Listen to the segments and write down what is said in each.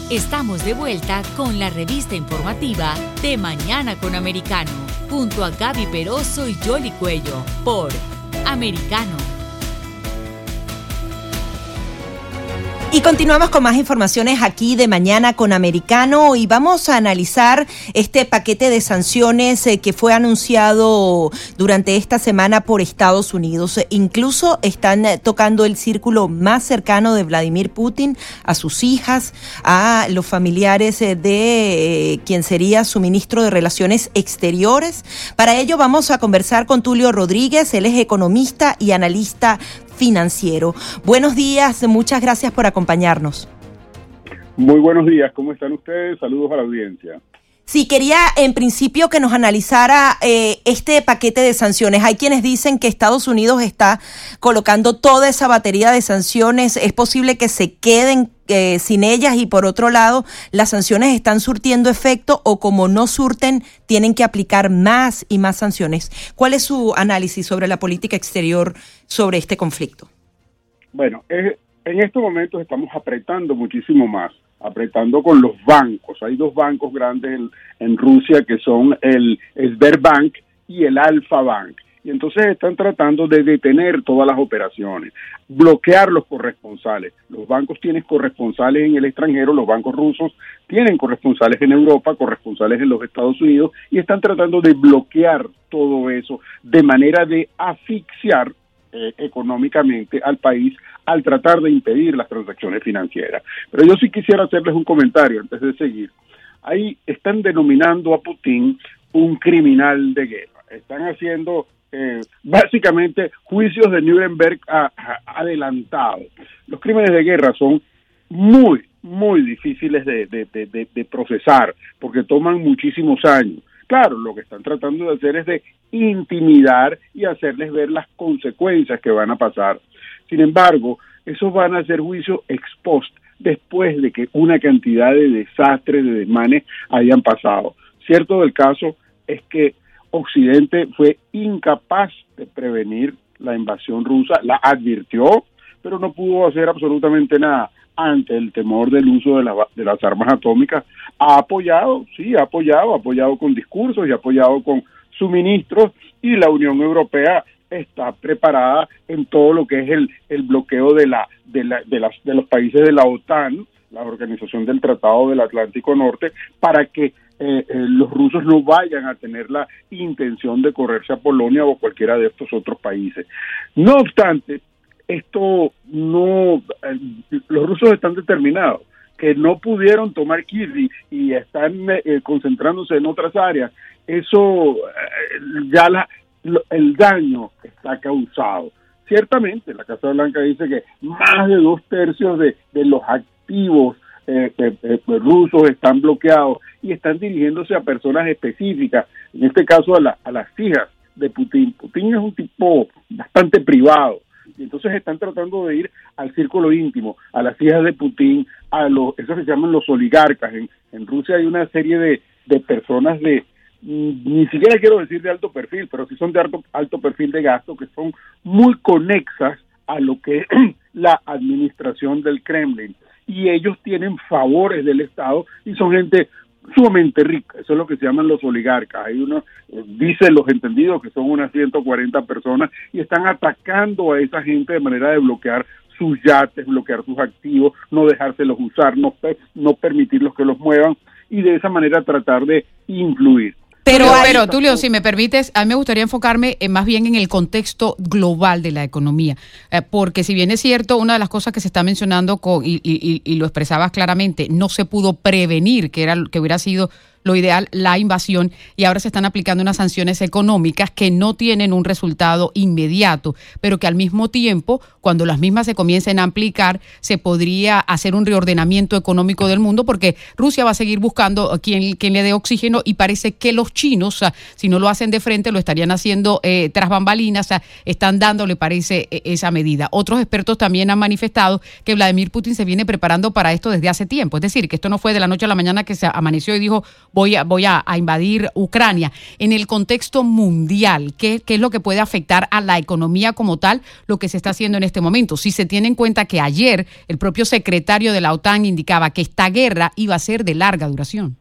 Estamos de vuelta con la revista informativa De Mañana con Americano, junto a Gaby Peroso y Yoli Cuello, por Americano. Y continuamos con más informaciones aquí de Mañana con Americano y vamos a analizar este paquete de sanciones que fue anunciado durante esta semana por Estados Unidos. Incluso están tocando el círculo más cercano de Vladimir Putin, a sus hijas, a los familiares de quien sería su ministro de Relaciones Exteriores. Para ello vamos a conversar con Tulio Rodríguez, él es economista y analista financiero. Buenos días, muchas gracias por acompañarnos. Muy buenos días, ¿cómo están ustedes? Saludos a la audiencia. Sí, quería en principio que nos analizara este paquete de sanciones. Hay quienes dicen que Estados Unidos está colocando toda esa batería de sanciones. Es posible que se queden sin ellas y por otro lado las sanciones están surtiendo efecto o como no surten tienen que aplicar más y más sanciones. ¿Cuál es su análisis sobre la política exterior sobre este conflicto? Bueno, en estos momentos estamos apretando muchísimo más, apretando con los bancos. Hay dos bancos grandes en Rusia que son el Sberbank y el Alfa Bank. Y entonces están tratando de detener todas las operaciones, bloquear los corresponsales. Los bancos tienen corresponsales en el extranjero, los bancos rusos tienen corresponsales en Europa, corresponsales en los Estados Unidos, y están tratando de bloquear todo eso de manera de asfixiar económicamente al país al tratar de impedir las transacciones financieras. Pero yo sí quisiera hacerles un comentario antes de seguir. Ahí están denominando a Putin un criminal de guerra. Están haciendo básicamente juicios de Nuremberg adelantados. Los crímenes de guerra son muy, muy difíciles de procesar porque toman muchísimos años. Claro, lo que están tratando de hacer es de intimidar y hacerles ver las consecuencias que van a pasar. Sin embargo, esos van a ser juicios ex post, después de que una cantidad de desastres, de desmanes hayan pasado. Cierto del caso es que Occidente fue incapaz de prevenir la invasión rusa, la advirtió, pero no pudo hacer absolutamente nada ante el temor del uso de las armas atómicas. Ha apoyado con discursos y ha apoyado con suministros, y la Unión Europea está preparada en todo lo que es el bloqueo de los países de la OTAN, la Organización del Tratado del Atlántico Norte, para que los rusos no vayan a tener la intención de correrse a Polonia o cualquiera de estos otros países. No obstante, los rusos están determinados, que no pudieron tomar Kyiv y están concentrándose en otras áreas. Eso el daño está causado. Ciertamente, la Casa Blanca dice que más de 2/3 de los activos rusos están bloqueados y están dirigiéndose a personas específicas, en este caso a las hijas de Putin. Putin es un tipo bastante privado, y entonces están tratando de ir al círculo íntimo, a las hijas de Putin, esos que se llaman los oligarcas. En Rusia hay una serie de personas ni siquiera quiero decir de alto perfil, pero sí son de alto perfil de gasto, que son muy conexas a lo que es la administración del Kremlin, y ellos tienen favores del Estado y son gente sumamente rica. Eso es lo que se llaman los oligarcas. Hay unos, dicen los entendidos, que son unas 140 personas, y están atacando a esa gente de manera de bloquear sus yates, bloquear sus activos, no dejárselos usar, no permitirlos que los muevan, y de esa manera tratar de influir. Pero Tulio, si me permites, a mí me gustaría enfocarme más bien en el contexto global de la economía, porque si bien es cierto, una de las cosas que se está mencionando y lo expresabas claramente, no se pudo prevenir que hubiera sido lo ideal, la invasión, y ahora se están aplicando unas sanciones económicas que no tienen un resultado inmediato, pero que al mismo tiempo, cuando las mismas se comiencen a aplicar, se podría hacer un reordenamiento económico del mundo, porque Rusia va a seguir buscando quien le dé oxígeno, y parece que los chinos, si no lo hacen de frente, lo estarían haciendo tras bambalinas, están dándole, parece, esa medida. Otros expertos también han manifestado que Vladimir Putin se viene preparando para esto desde hace tiempo, es decir, que esto no fue de la noche a la mañana que se amaneció y dijo: voy a invadir Ucrania. En el contexto mundial, ¿qué es lo que puede afectar a la economía como tal, lo que se está haciendo en este momento? Si se tiene en cuenta que ayer el propio secretario de la OTAN indicaba que esta guerra iba a ser de larga duración.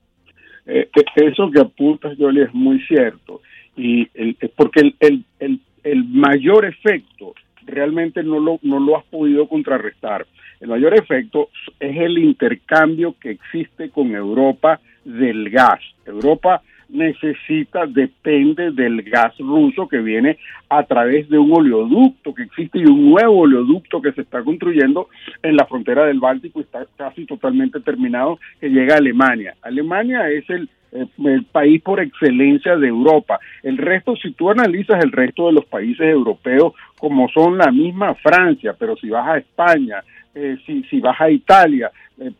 Eso que apuntas, Yoli, es muy cierto. Porque el mayor efecto realmente no lo has podido contrarrestar. El mayor efecto es el intercambio que existe con Europa del gas. Europa depende del gas ruso que viene a través de un oleoducto que existe y un nuevo oleoducto que se está construyendo en la frontera del Báltico y está casi totalmente terminado, que llega a Alemania. Alemania es el país por excelencia de Europa. El resto, si tú analizas el resto de los países europeos, como son la misma Francia, pero si vas a España, si vas a Italia,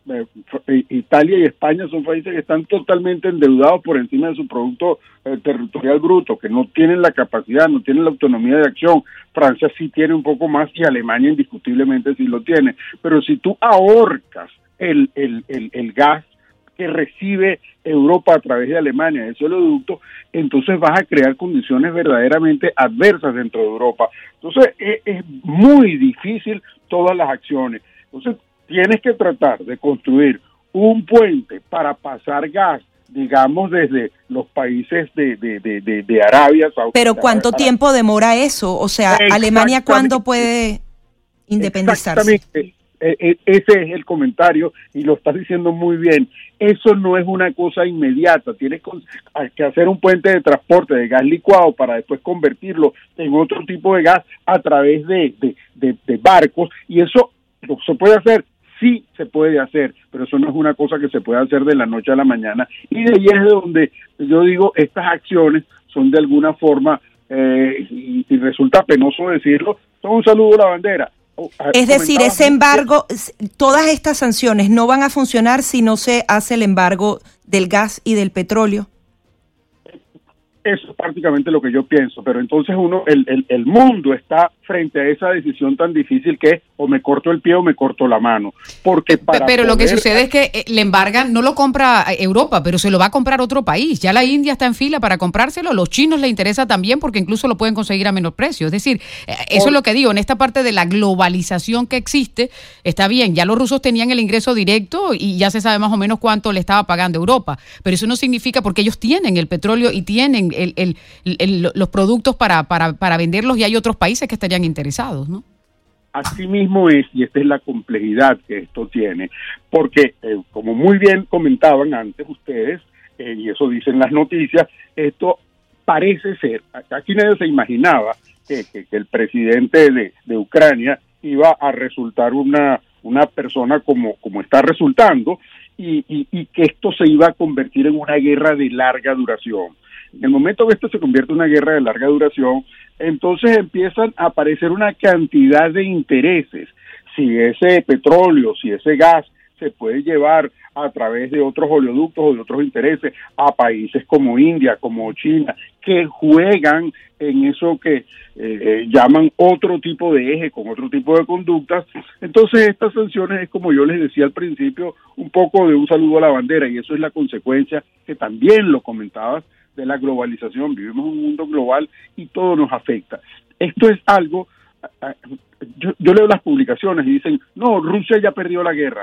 Italia y España son países que están totalmente endeudados por encima de su producto territorial bruto, que no tienen la capacidad, no tienen la autonomía de acción. Francia sí tiene un poco más y Alemania indiscutiblemente sí lo tiene. Pero si tú ahorcas el gas que recibe Europa a través de Alemania, ese oleoducto, entonces vas a crear condiciones verdaderamente adversas dentro de Europa. Entonces es muy difícil todas las acciones. Entonces tienes que tratar de construir un puente para pasar gas, digamos, desde los países de Arabia Saudita. Pero ¿cuánto tiempo demora eso? O sea, ¿Alemania cuándo puede independizarse? Exactamente. Ese es el comentario y lo estás diciendo muy bien. Eso no es una cosa inmediata. Tienes que hacer un puente de transporte de gas licuado para después convertirlo en otro tipo de gas a través de barcos, y eso se puede hacer. Sí se puede hacer, pero eso no es una cosa que se puede hacer de la noche a la mañana, y de ahí es de donde yo digo, estas acciones son de alguna forma, y resulta penoso decirlo, son un saludo a la bandera. Es decir, ese embargo, todas estas sanciones no van a funcionar si no se hace el embargo del gas y del petróleo. Eso es prácticamente lo que yo pienso, pero entonces el mundo está frente a esa decisión tan difícil que es o me corto el pie o me corto la mano. Pero lo que sucede es que le embargan, no lo compra Europa, pero se lo va a comprar otro país. Ya la India está en fila para comprárselo, los chinos les interesa también porque incluso lo pueden conseguir a menor precio. Es decir, eso es lo que digo, en esta parte de la globalización que existe, está bien, ya los rusos tenían el ingreso directo y ya se sabe más o menos cuánto le estaba pagando Europa, pero eso no significa, porque ellos tienen el petróleo y tienen los productos para venderlos, y hay otros países que estarían interesados, ¿no? Así mismo es, y esta es la complejidad que esto tiene, porque como muy bien comentaban antes ustedes, y eso dicen las noticias, esto parece ser, aquí nadie se imaginaba que el presidente de Ucrania iba a resultar una persona como está resultando, y que esto se iba a convertir en una guerra de larga duración. En el momento que esto se convierte en una guerra de larga duración, entonces empiezan a aparecer una cantidad de intereses. Si ese petróleo, si ese gas se puede llevar a través de otros oleoductos o de otros intereses a países como India, como China, que juegan en eso que llaman otro tipo de eje, con otro tipo de conductas. Entonces estas sanciones es, como yo les decía al principio, un poco de un saludo a la bandera, y eso es la consecuencia que también lo comentabas de la globalización. Vivimos en un mundo global y todo nos afecta. Esto es algo, yo leo las publicaciones y dicen, no, Rusia ya perdió la guerra.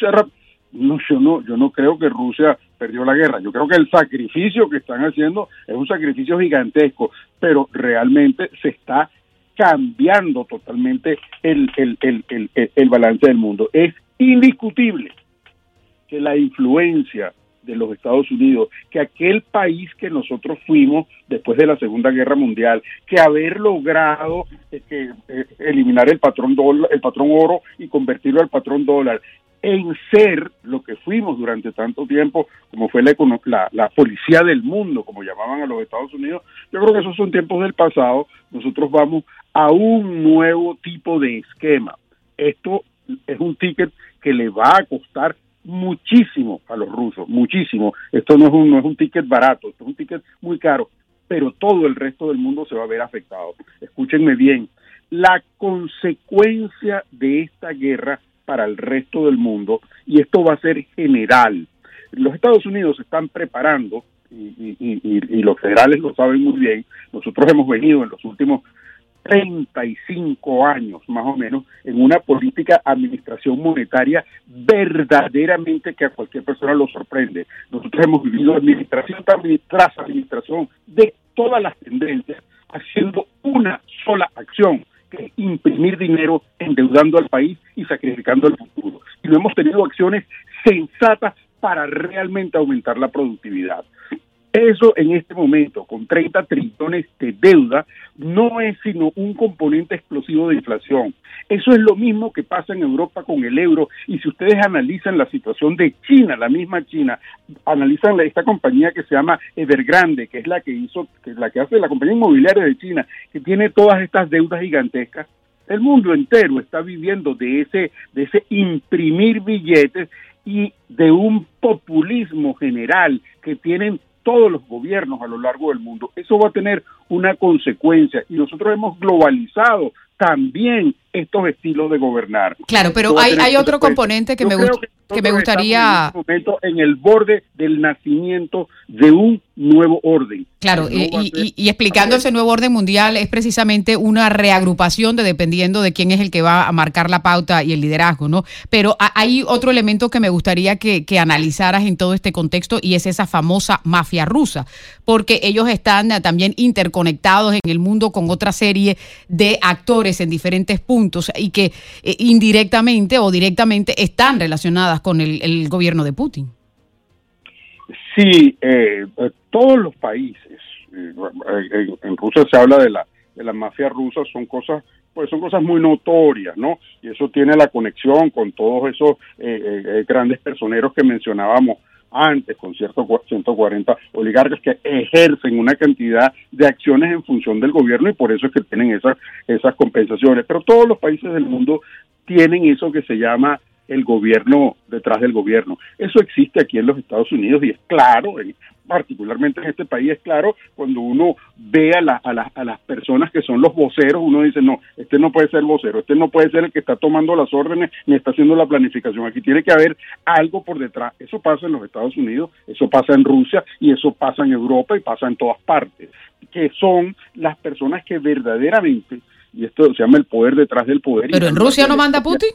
Yo no creo que Rusia perdió la guerra. Yo creo que el sacrificio que están haciendo es un sacrificio gigantesco, pero realmente se está cambiando totalmente el balance del mundo. Es indiscutible que la influencia de los Estados Unidos, que aquel país que nosotros fuimos después de la Segunda Guerra Mundial, que haber logrado eliminar el patrón oro y convertirlo al patrón dólar, en ser lo que fuimos durante tanto tiempo, como fue la policía del mundo, como llamaban a los Estados Unidos. Yo creo que esos son tiempos del pasado. Nosotros vamos a un nuevo tipo de esquema. Esto es un ticket que le va a costar muchísimo a los rusos, muchísimo. Esto no es un ticket barato, esto es un ticket muy caro, pero todo el resto del mundo se va a ver afectado. Escúchenme bien, la consecuencia de esta guerra para el resto del mundo, y esto va a ser general, Los Estados Unidos se están preparando, y los federales lo saben muy bien. Nosotros hemos venido en los últimos 35 años, más o menos, en una política administración monetaria verdaderamente que a cualquier persona lo sorprende. Nosotros hemos vivido administración tras administración de todas las tendencias, haciendo una sola acción, que es imprimir dinero, endeudando al país y sacrificando el futuro. Y no hemos tenido acciones sensatas para realmente aumentar la productividad. Eso en este momento, con 30 trillones de deuda, no es sino un componente explosivo de inflación. Eso es lo mismo que pasa en Europa con el euro, y si ustedes analizan la situación de China, la misma China, analizan esta compañía que se llama Evergrande, que es la que hace la compañía inmobiliaria de China, que tiene todas estas deudas gigantescas. El mundo entero está viviendo de ese imprimir billetes y de un populismo general que tienen todos los gobiernos a lo largo del mundo. Eso va a tener una consecuencia, y nosotros hemos globalizado también estos estilos de gobernar. Claro, pero hay otro componente que me gustaría... En este momento en el borde del nacimiento de un nuevo orden. Claro, y explicando ese nuevo orden mundial es precisamente una reagrupación dependiendo de quién es el que va a marcar la pauta y el liderazgo, ¿no? Pero hay otro elemento que me gustaría que analizaras en todo este contexto, y es esa famosa mafia rusa, porque ellos están también interconectados en el mundo con otra serie de actores en diferentes puntos y que indirectamente o directamente están relacionadas con el gobierno de Putin. Sí, todos los países, en Rusia se habla de la mafia rusa, son cosas muy notorias, ¿no? Y eso tiene la conexión con todos esos grandes personeros que mencionábamos antes, con 140 oligarcas que ejercen una cantidad de acciones en función del gobierno, y por eso es que tienen esas compensaciones. Pero todos los países del mundo tienen eso que se llama el gobierno detrás del gobierno. Eso existe aquí en los Estados Unidos, y es claro, particularmente en este país es claro, cuando uno ve a las personas que son los voceros, uno dice, no, este no puede ser vocero, este no puede ser el que está tomando las órdenes ni está haciendo la planificación, aquí tiene que haber algo por detrás. Eso pasa en los Estados Unidos, eso pasa en Rusia, y eso pasa en Europa, y pasa en todas partes, que son las personas que verdaderamente, y esto se llama el poder detrás del poder. ¿Pero en Rusia no manda Putin?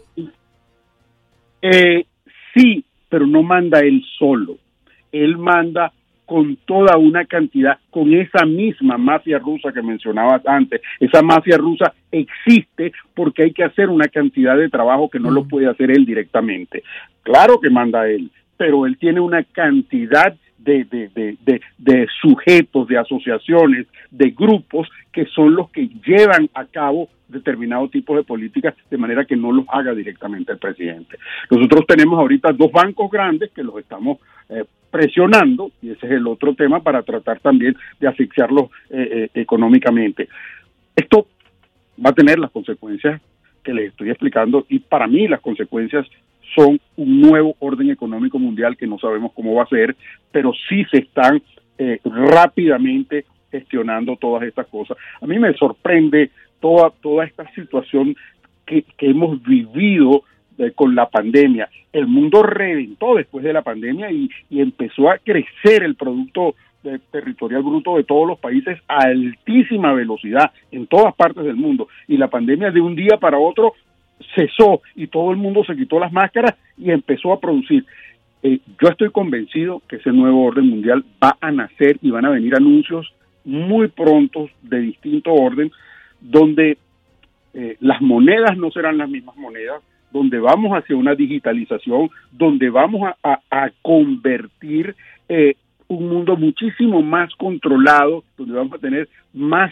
Sí, pero no manda él solo. Él manda con toda una cantidad, con esa misma mafia rusa que mencionabas antes. Esa mafia rusa existe porque hay que hacer una cantidad de trabajo que no lo puede hacer él directamente. Claro que manda él, pero él tiene una cantidad de sujetos, de asociaciones, de grupos que son los que llevan a cabo determinados tipos de políticas de manera que no los haga directamente el presidente. Nosotros tenemos ahorita 2 bancos grandes que los estamos presionando, y ese es el otro tema, para tratar también de asfixiarlos económicamente. Esto va a tener las consecuencias que les estoy explicando, y para mí las consecuencias son un nuevo orden económico mundial que no sabemos cómo va a ser, pero sí se están rápidamente gestionando todas estas cosas. A mí me sorprende toda esta situación que hemos vivido con la pandemia. El mundo reventó después de la pandemia y empezó a crecer el producto territorial bruto de todos los países a altísima velocidad en todas partes del mundo, y la pandemia de un día para otro cesó y todo el mundo se quitó las máscaras y empezó a producir. Yo estoy convencido que ese nuevo orden mundial va a nacer y van a venir anuncios muy prontos de distinto orden, donde las monedas no serán las mismas monedas, donde vamos hacia una digitalización, donde vamos a convertir un mundo muchísimo más controlado, donde vamos a tener más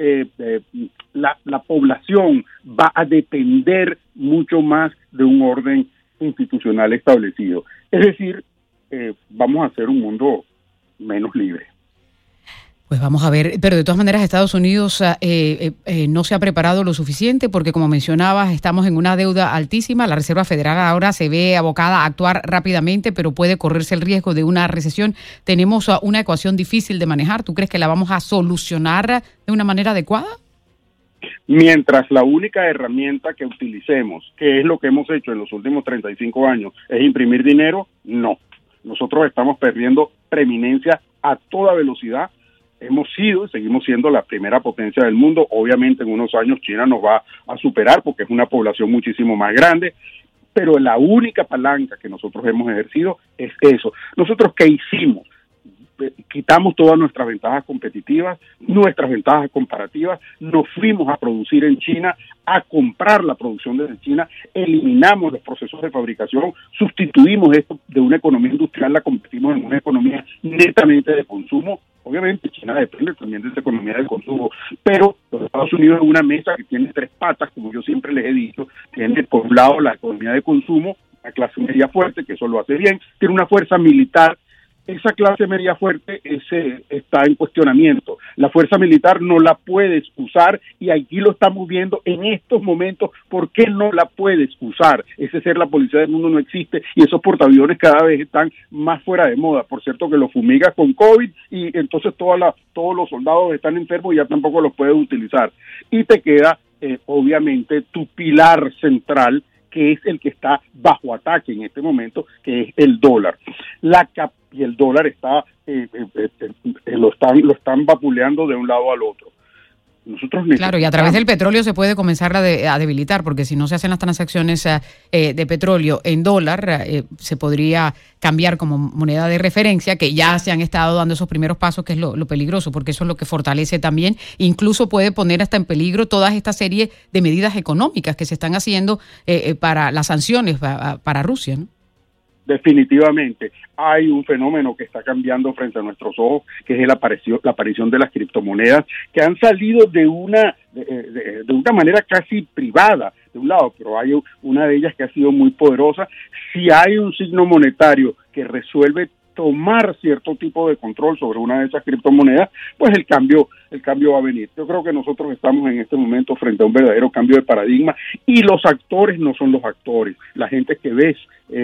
la población va a depender mucho más de un orden institucional establecido. Es decir, vamos a hacer un mundo menos libre. Pues vamos a ver, pero de todas maneras Estados Unidos no se ha preparado lo suficiente porque, como mencionabas, estamos en una deuda altísima. La Reserva Federal ahora se ve abocada a actuar rápidamente, pero puede correrse el riesgo de una recesión. Tenemos una ecuación difícil de manejar. ¿Tú crees que la vamos a solucionar de una manera adecuada? Mientras la única herramienta que utilicemos, que es lo que hemos hecho en los últimos 35 años, es imprimir dinero, no. Nosotros estamos perdiendo preeminencia a toda velocidad. Hemos sido y seguimos siendo la primera potencia del mundo. Obviamente en unos años China nos va a superar porque es una población muchísimo más grande, pero la única palanca que nosotros hemos ejercido es eso. ¿Nosotros qué hicimos? Quitamos todas nuestras ventajas competitivas, nuestras ventajas comparativas, nos fuimos a producir en China, a comprar la producción desde China, eliminamos los procesos de fabricación, sustituimos esto de una economía industrial, la convertimos en una economía netamente de consumo. Obviamente China depende también de esa economía de consumo, pero los Estados Unidos es una mesa que tiene tres patas, como yo siempre les he dicho. Tiene por un lado la economía de consumo, la clase media fuerte, que eso lo hace bien, tiene una fuerza militar. Esa clase media fuerte está en cuestionamiento. La fuerza militar no la puedes usar y aquí lo estamos viendo en estos momentos. ¿Por qué no la puedes usar? Ese ser la policía del mundo no existe y esos portaaviones cada vez están más fuera de moda. Por cierto que los fumigas con COVID y entonces todos los soldados están enfermos y ya tampoco los puedes utilizar. Y te queda obviamente tu pilar central, que es el que está bajo ataque en este momento, que es el dólar. Y el dólar está lo están vapuleando de un lado al otro. Nosotros claro, y a través del petróleo se puede comenzar a debilitar, porque si no se hacen las transacciones de petróleo en dólar, se podría cambiar como moneda de referencia, que ya se han estado dando esos primeros pasos, que es lo peligroso, porque eso es lo que fortalece también, incluso puede poner hasta en peligro toda esta serie de medidas económicas que se están haciendo para las sanciones para Rusia, ¿no? Definitivamente hay un fenómeno que está cambiando frente a nuestros ojos, que es la aparición de las criptomonedas, que han salido de una manera casi privada de un lado, pero hay una de ellas que ha sido muy poderosa. Si hay un signo monetario que resuelve tomar cierto tipo de control sobre una de esas criptomonedas, pues el cambio va a venir. Yo creo que nosotros estamos en este momento frente a un verdadero cambio de paradigma y los actores no son los actores. La gente que ves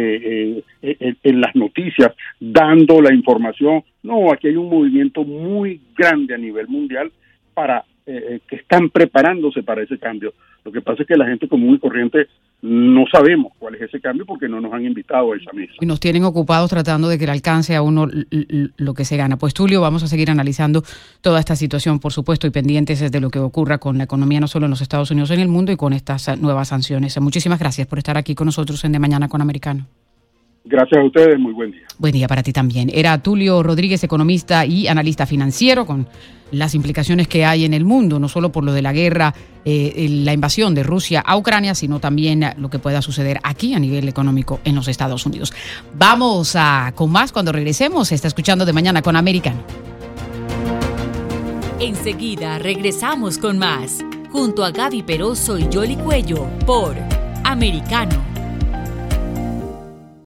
en las noticias dando la información, no, aquí hay un movimiento muy grande a nivel mundial que están preparándose para ese cambio. Lo que pasa es que la gente común y corriente no sabemos cuál es ese cambio porque no nos han invitado a esa mesa. Y nos tienen ocupados tratando de que le alcance a uno lo que se gana. Pues Tulio, vamos a seguir analizando toda esta situación, por supuesto, y pendientes de lo que ocurra con la economía, no solo en los Estados Unidos, en el mundo, y con estas nuevas sanciones. Muchísimas gracias por estar aquí con nosotros en De Mañana con Americano. Gracias a ustedes, muy buen día. Buen día para ti también. Era Tulio Rodríguez, economista y analista financiero, con las implicaciones que hay en el mundo, no solo por lo de la guerra, la invasión de Rusia a Ucrania, sino también lo que pueda suceder aquí a nivel económico en los Estados Unidos. Vamos con más cuando regresemos. Se está escuchando De Mañana con Americano. Enseguida regresamos con más, junto a Gaby Peroso y Yoli Cuello, por Americano.